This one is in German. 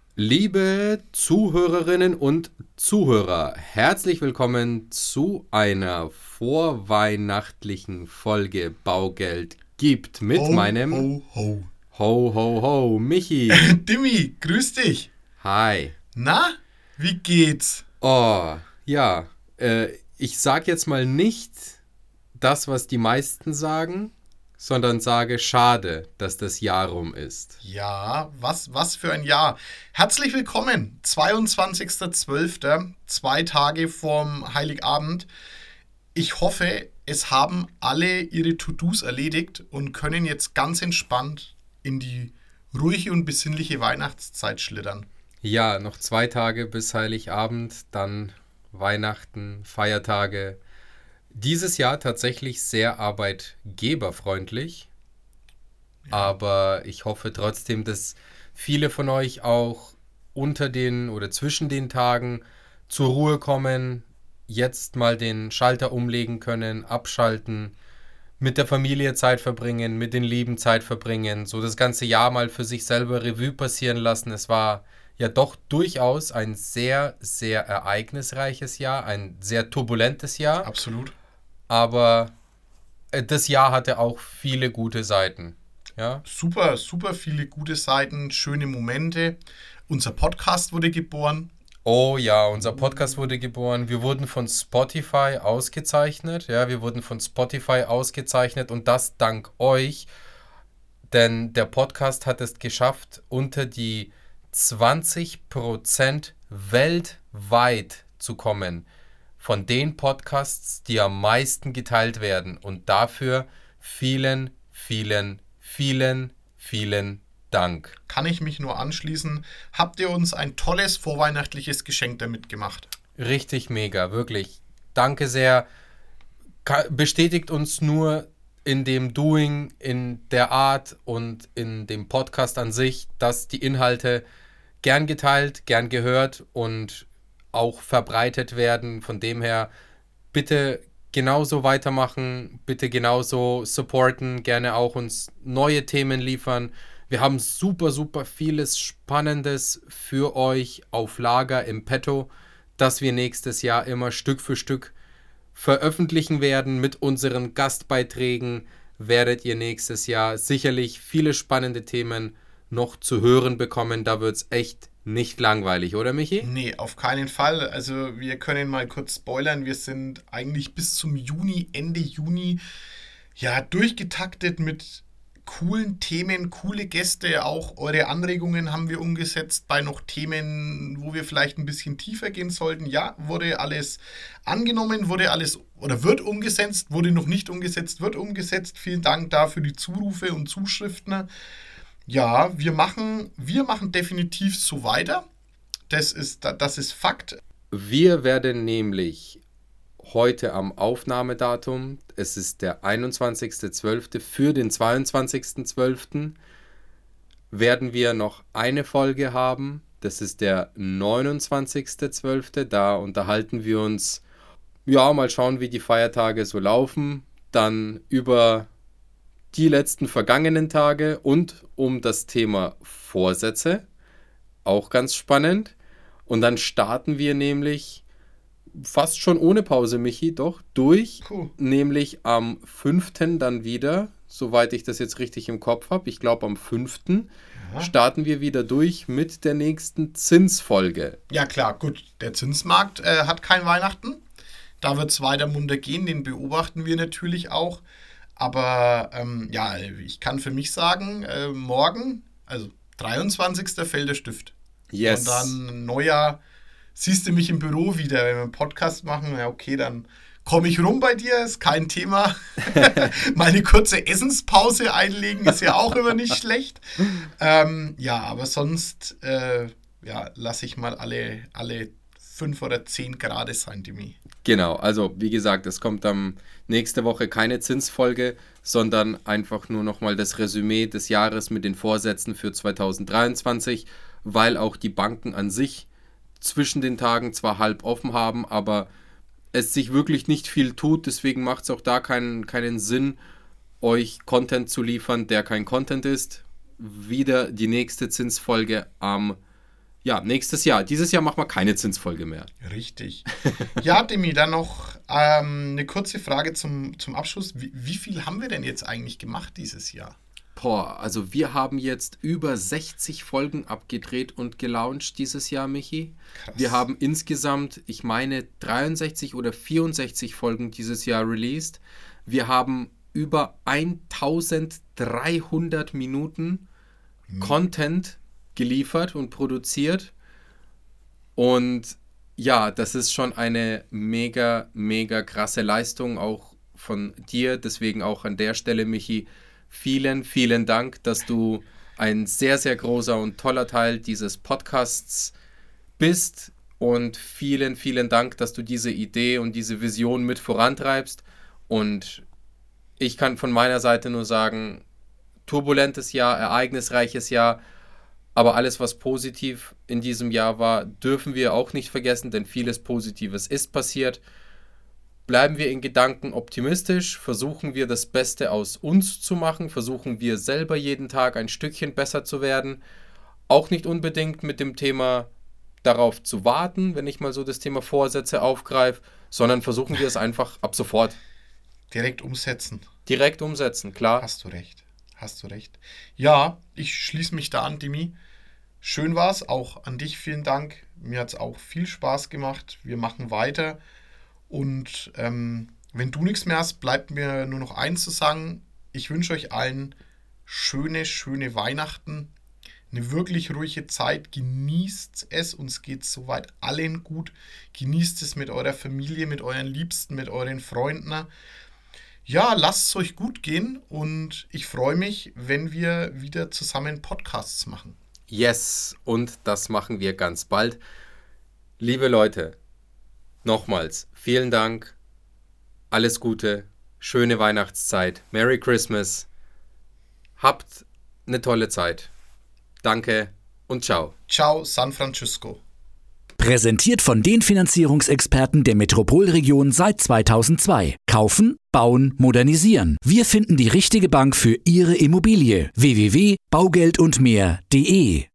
Liebe Zuhörerinnen und Zuhörer, herzlich willkommen zu einer vorweihnachtlichen Folge Baugeld gibt mit Ho, meinem ho, ho. Ho Ho Ho Michi. Dimmi, grüß dich. Hi. Na, wie geht's? Oh, ja, ich sag jetzt mal nicht das, was die meisten sagen, sondern sage schade, dass das Jahr rum ist. Ja, was für ein Jahr. Herzlich willkommen, 22.12., 2 Tage vorm Heiligabend. Ich hoffe, es haben alle ihre To-Dos erledigt und können jetzt ganz entspannt in die ruhige und besinnliche Weihnachtszeit schlittern. Ja, noch 2 Tage bis Heiligabend, dann Weihnachten, Feiertage. Dieses Jahr tatsächlich sehr arbeitgeberfreundlich, Ja, aber ich hoffe trotzdem, dass viele von euch auch unter den oder zwischen den Tagen zur Ruhe kommen, jetzt mal den Schalter umlegen können, abschalten, mit der Familie Zeit verbringen, mit den Lieben Zeit verbringen, so das ganze Jahr mal für sich selber Revue passieren lassen. Es war ja doch durchaus ein sehr, sehr ereignisreiches Jahr, ein sehr turbulentes Jahr, absolut. aber das Jahr hatte auch viele gute Seiten. Ja. Super, super viele gute Seiten, schöne Momente. Unser Podcast wurde geboren. Oh ja, unser Podcast wurde geboren. Wir wurden von Spotify ausgezeichnet. Ja, wir wurden von Spotify ausgezeichnet und das dank euch. Denn der Podcast hat es geschafft, unter die 20% weltweit zu kommen von den Podcasts, die am meisten geteilt werden. Und dafür vielen, vielen, vielen, vielen Dank. Kann ich mich nur anschließen. Habt ihr uns ein tolles vorweihnachtliches Geschenk damit gemacht? Richtig mega, wirklich. Danke sehr. Bestätigt uns nur in dem Doing, in der Art und in dem Podcast an sich, dass die Inhalte gern geteilt, gern gehört und auch verbreitet werden. Von dem her bitte genauso weitermachen, bitte genauso supporten, gerne auch uns neue Themen liefern. Wir haben super, super vieles Spannendes für euch auf Lager im Petto, das wir nächstes Jahr immer Stück für Stück veröffentlichen werden. Mit unseren Gastbeiträgen werdet ihr nächstes Jahr sicherlich viele spannende Themen noch zu hören bekommen. Da wird es echt nicht langweilig, oder Michi? Nee, auf keinen Fall. Also wir können mal kurz spoilern. Wir sind eigentlich bis zum Juni, Ende Juni, ja, durchgetaktet mit coolen Themen, coole Gäste. Auch eure Anregungen haben wir umgesetzt bei noch Themen, wo wir vielleicht ein bisschen tiefer gehen sollten. Ja, wurde alles angenommen, wurde alles oder wird umgesetzt, wurde noch nicht umgesetzt, wird umgesetzt. Vielen Dank dafür die Zurufe und Zuschriften. Ja, wir machen definitiv so weiter. Das ist Fakt. Wir werden nämlich heute am Aufnahmedatum, es ist der 21.12., für den 22.12. werden wir noch eine Folge haben. Das ist der 29.12. Da unterhalten wir uns, ja, mal schauen, wie die Feiertage so laufen. Dann über die letzten vergangenen Tage und um das Thema Vorsätze. Auch ganz spannend. Und dann starten wir nämlich fast schon ohne Pause, Michi, doch durch. Puh. Nämlich am 5. dann wieder, soweit ich das jetzt richtig im Kopf habe. Ich glaube, am 5. Ja. starten wir wieder durch mit der nächsten Zinsfolge. Ja, klar, gut. Der Zinsmarkt hat kein Weihnachten. Da wird es weiter munter gehen. Den beobachten wir natürlich auch. Aber ja, ich kann für mich sagen, morgen, also 23. fällt der Stift. Und Yes. dann Neujahr siehst du mich im Büro wieder, wenn wir einen Podcast machen. Ja, okay, dann komme ich rum bei dir, ist kein Thema. Meine kurze Essenspause einlegen ist ja auch immer nicht schlecht. Ja, aber sonst ja, lasse ich mal alle 5 oder 10 Grad sein, Dimi. Genau, also wie gesagt, es kommt dann nächste Woche keine Zinsfolge, sondern einfach nur nochmal das Resümee des Jahres mit den Vorsätzen für 2023, weil auch die Banken an sich zwischen den Tagen zwar halb offen haben, aber es sich wirklich nicht viel tut. Deswegen macht es auch da keinen Sinn, euch Content zu liefern, der kein Content ist. Wieder die nächste Zinsfolge am ja, nächstes Jahr. Dieses Jahr machen wir keine Zinsfolge mehr. Richtig. Ja, Demi, dann noch eine kurze Frage zum Abschluss. Wie viel haben wir denn jetzt eigentlich gemacht dieses Jahr? Boah, also wir haben jetzt über 60 Folgen abgedreht und gelauncht dieses Jahr, Michi. Krass. Wir haben insgesamt, ich meine, 63 oder 64 Folgen dieses Jahr released. Wir haben über 1300 Minuten Content geliefert und produziert. Und ja, das ist schon eine mega, mega krasse Leistung auch von dir. Deswegen auch an der Stelle, Michi, vielen, vielen Dank, dass du ein sehr, sehr großer und toller Teil dieses Podcasts bist. Und vielen, vielen Dank, dass du diese Idee und diese Vision mit vorantreibst. Und ich kann von meiner Seite nur sagen, turbulentes Jahr, ereignisreiches Jahr, aber alles, was positiv in diesem Jahr war, dürfen wir auch nicht vergessen, denn vieles Positives ist passiert. Bleiben wir in Gedanken optimistisch, versuchen wir das Beste aus uns zu machen, versuchen wir selber jeden Tag ein Stückchen besser zu werden. Auch nicht unbedingt mit dem Thema darauf zu warten, wenn ich mal so das Thema Vorsätze aufgreife, sondern versuchen wir es einfach ab sofort. Direkt umsetzen. Direkt umsetzen, klar. Hast du recht. Ja, ich schließe mich da an, Demi. Schön war's, auch an dich vielen Dank. Mir hat es auch viel Spaß gemacht. Wir machen weiter. Und wenn du nichts mehr hast, bleibt mir nur noch eins zu sagen. Ich wünsche euch allen schöne, schöne Weihnachten. Eine wirklich ruhige Zeit. Genießt es. Uns geht es soweit allen gut. Genießt es mit eurer Familie, mit euren Liebsten, mit euren Freunden. Ja, lasst es euch gut gehen und ich freue mich, wenn wir wieder zusammen Podcasts machen. Yes, und das machen wir ganz bald. Liebe Leute, nochmals vielen Dank, alles Gute, schöne Weihnachtszeit, Merry Christmas, habt eine tolle Zeit. Danke und ciao. Ciao, San Francisco. Präsentiert von den Finanzierungsexperten der Metropolregion seit 2002. Kaufen, bauen, modernisieren. Wir finden die richtige Bank für Ihre Immobilie. www.baugeldundmehr.de